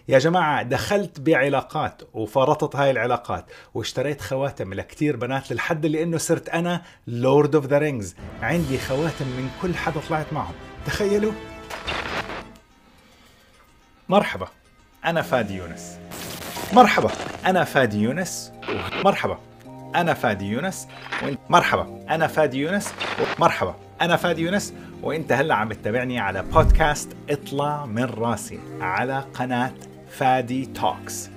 يا جماعة دخلت بعلاقات وفرطت هاي العلاقات واشتريت خواتم لكتير بنات للحد اللي انه صرت انا لورد اوف ذا رينجز، عندي خواتم من كل حدا طلعت معهم. تخيلوا. مرحبا، انا فادي يونس. مرحبا، انا فادي يونس. مرحبا، انا فادي يونس. مرحبا، انا فادي يونس. مرحبا، انا فادي يونس، وانت هلا عم تتابعني على بودكاست اطلع من راسي على قناة فادي توكس.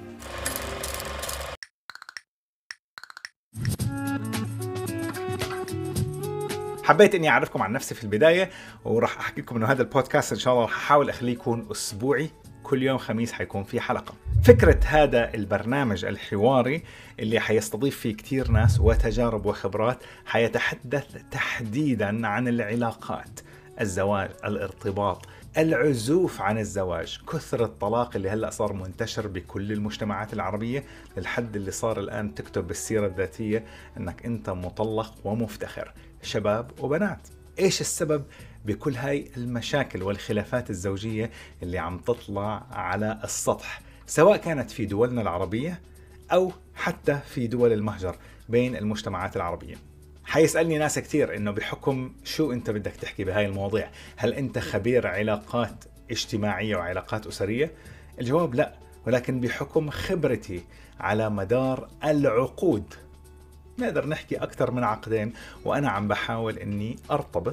حبيت اني اعرفكم عن نفسي في البداية، وراح احكي لكم انه هذا البودكاست ان شاء الله راح احاول اخليه يكون اسبوعي، كل يوم خميس حيكون في حلقة. فكرة هذا البرنامج الحواري اللي حيستضيف فيه كتير ناس وتجارب وخبرات، حيتحدث تحديدا عن العلاقات، الزواج، الارتباط، العزوف عن الزواج، كثر الطلاق اللي هلأ صار منتشر بكل المجتمعات العربية، للحد اللي صار الآن تكتب بالسيرة الذاتية أنك أنت مطلق ومفتخر، شباب وبنات. إيش السبب بكل هاي المشاكل والخلافات الزوجية اللي عم تطلع على السطح، سواء كانت في دولنا العربية أو حتى في دول المهجر بين المجتمعات العربية؟ حيسألني ناس كتير إنه بحكم شو أنت بدك تحكي بهاي المواضيع، هل أنت خبير علاقات اجتماعية وعلاقات أسرية؟ الجواب لا، ولكن بحكم خبرتي على مدار العقود، نقدر نحكي أكثر من عقدين وأنا عم بحاول إني أرتبط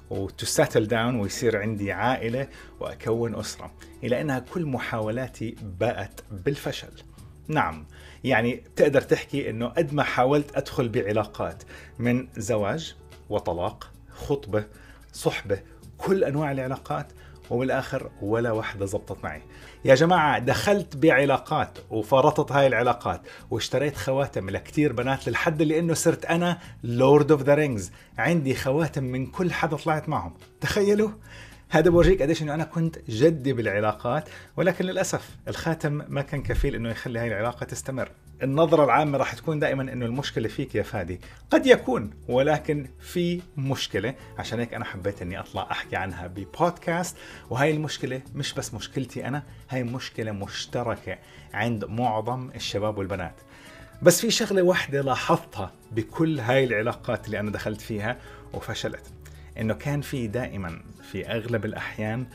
وتساتل داون ويصير عندي عائلة وأكون أسرة، إلى أنها كل محاولاتي باءت بالفشل. نعم، يعني تقدر تحكي إنه قد ما حاولت أدخل بعلاقات من زواج وطلاق، خطبة، صحبة، كل أنواع العلاقات، وبالآخر ولا واحدة زبطت معي. يا جماعة دخلت بعلاقات وفرطت هاي العلاقات واشتريت خواتم لكتير بنات للحد اللي انه صرت انا لورد اوف ذا رينجز، عندي خواتم من كل حدا طلعت معهم. تخيلوا. هذا بورجيك قديش انه انا كنت جدي بالعلاقات، ولكن للاسف الخاتم ما كان كفيل انه يخلي هاي العلاقة تستمر. النظرة العامة راح تكون دائما انه المشكلة فيك يا فادي، قد يكون، ولكن في مشكلة، عشان هيك انا حبيت اني اطلع احكي عنها ببودكاست. وهاي المشكلة مش بس مشكلتي انا، هاي مشكلة مشتركة عند معظم الشباب والبنات. بس في شغلة واحدة لاحظتها بكل هاي العلاقات اللي انا دخلت فيها وفشلت، انه كان في دائما في اغلب الاحيان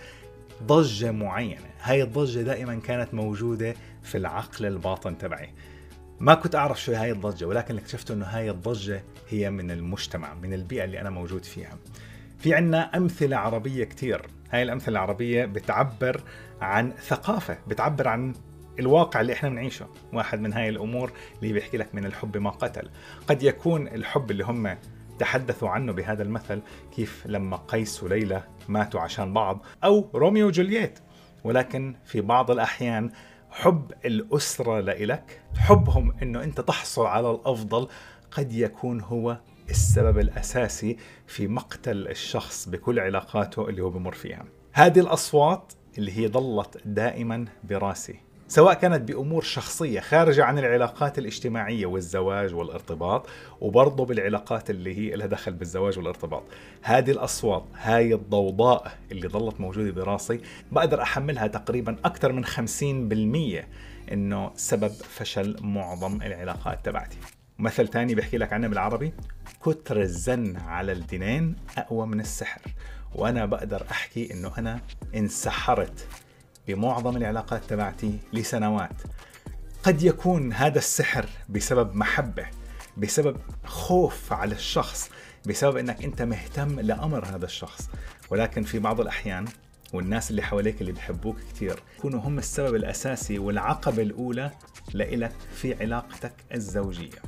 ضجة معينة. هاي الضجة دائما كانت موجودة في العقل الباطن تبعي. ما كنت أعرف شو هاي الضجة، ولكن اكتشفت أنه هاي الضجة هي من المجتمع، من البيئة اللي أنا موجود فيها. في عنا أمثلة عربية كتير، هاي الأمثلة العربية بتعبر عن ثقافة، بتعبر عن الواقع اللي احنا بنعيشه. واحد من هاي الأمور اللي بيحكي لك من الحب ما قتل. قد يكون الحب اللي هم تحدثوا عنه بهذا المثل كيف لما قيس وليلى ماتوا عشان بعض، أو روميو وجولييت، ولكن في بعض الأحيان حب الأسرة لإلك، حبهم إنه أنت تحصل على الأفضل، قد يكون هو السبب الأساسي في مقتل الشخص بكل علاقاته اللي هو بمر فيها. هذه الأصوات اللي هي ظلت دائما براسي، سواء كانت بأمور شخصية خارجة عن العلاقات الاجتماعية والزواج والارتباط، وبرضه بالعلاقات اللي هي لها دخل بالزواج والارتباط. هذه الأصوات، هاي الضوضاء اللي ظلت موجودة براسي، بقدر أحملها تقريبا أكثر من 50% إنه سبب فشل معظم العلاقات تبعتي. مثل تاني بحكي لك عنه بالعربي: كتر الزن على الدنين أقوى من السحر. وأنا بقدر أحكي إنه أنا انسحرت بمعظم العلاقات تبعتي لسنوات. قد يكون هذا السحر بسبب محبة، بسبب خوف على الشخص، بسبب انك انت مهتم لأمر هذا الشخص، ولكن في بعض الأحيان والناس اللي حواليك اللي بيحبوك كتير يكونوا هم السبب الأساسي والعقبة الأولى لإلك في علاقتك الزوجية.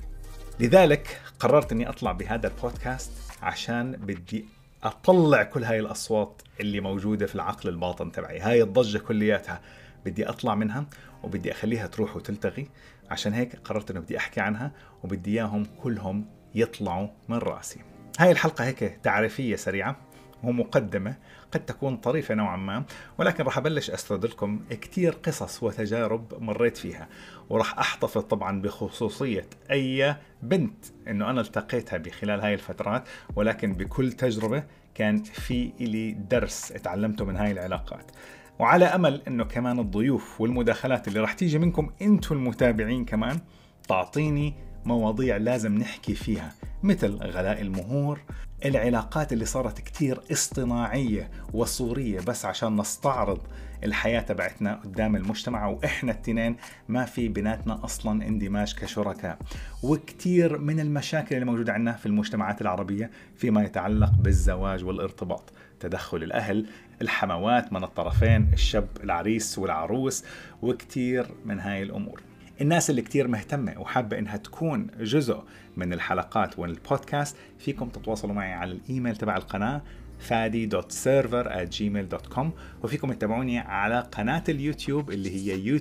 لذلك قررت اني اطلع بهذا البودكاست عشان بدي اطلع كل هاي الاصوات اللي موجودة في العقل الباطن تبعي، هاي الضجة كلياتها بدي اطلع منها وبدي اخليها تروح وتلتغي. عشان هيك قررت انه بدي احكي عنها وبدي اياهم كلهم يطلعوا من راسي. هاي الحلقة هيك تعريفية سريعة ومقدمة قد تكون طريفة نوعا ما، ولكن راح أبلش أسرد لكم كتير قصص وتجارب مريت فيها، وراح أحتفظ طبعا بخصوصية أي بنت إنه أنا التقيتها بخلال هاي الفترات، ولكن بكل تجربة كان في إلي درس اتعلمته من هاي العلاقات. وعلى أمل أنه كمان الضيوف والمداخلات اللي راح تيجي منكم أنتوا المتابعين كمان تعطيني مواضيع لازم نحكي فيها، مثل غلاء المهور، العلاقات اللي صارت كتير اصطناعية وصورية بس عشان نستعرض الحياة تبعتنا قدام المجتمع، وإحنا التنين ما في بيناتنا أصلا اندماج كشركاء، وكتير من المشاكل اللي موجودة عندنا في المجتمعات العربية فيما يتعلق بالزواج والارتباط، تدخل الأهل، الحموات من الطرفين، الشاب العريس والعروس، وكتير من هاي الأمور. الناس اللي كتير مهتمة وحابة إنها تكون جزء من الحلقات والبودكاست، فيكم تتواصلوا معي على الإيميل تبع القناة fadi.server@gmail.com، وفيكم تتابعوني على قناة اليوتيوب اللي هي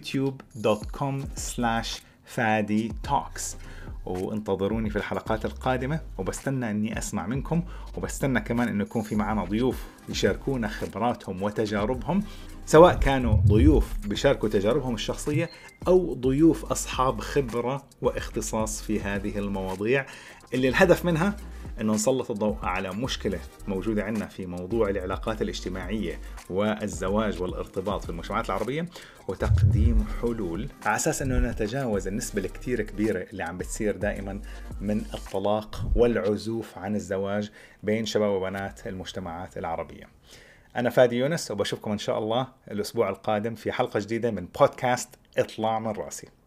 youtube.com/faditalks. وانتظروني في الحلقات القادمة، وبستنى أني أسمع منكم، وبستنى كمان أنه يكون في معنا ضيوف يشاركونا خبراتهم وتجاربهم، سواء كانوا ضيوف بيشاركوا تجاربهم الشخصية أو ضيوف أصحاب خبرة واختصاص في هذه المواضيع، اللي الهدف منها أنه نسلط الضوء على مشكلة موجودة عندنا في موضوع العلاقات الاجتماعية والزواج والارتباط في المجتمعات العربية، وتقديم حلول على أساس أنه نتجاوز النسبة الكتير كبيرة اللي عم بتصير دائما من الطلاق والعزوف عن الزواج بين شباب وبنات المجتمعات العربية. أنا فادي يونس، وبشوفكم إن شاء الله الأسبوع القادم في حلقة جديدة من بودكاست اطلع من راسي.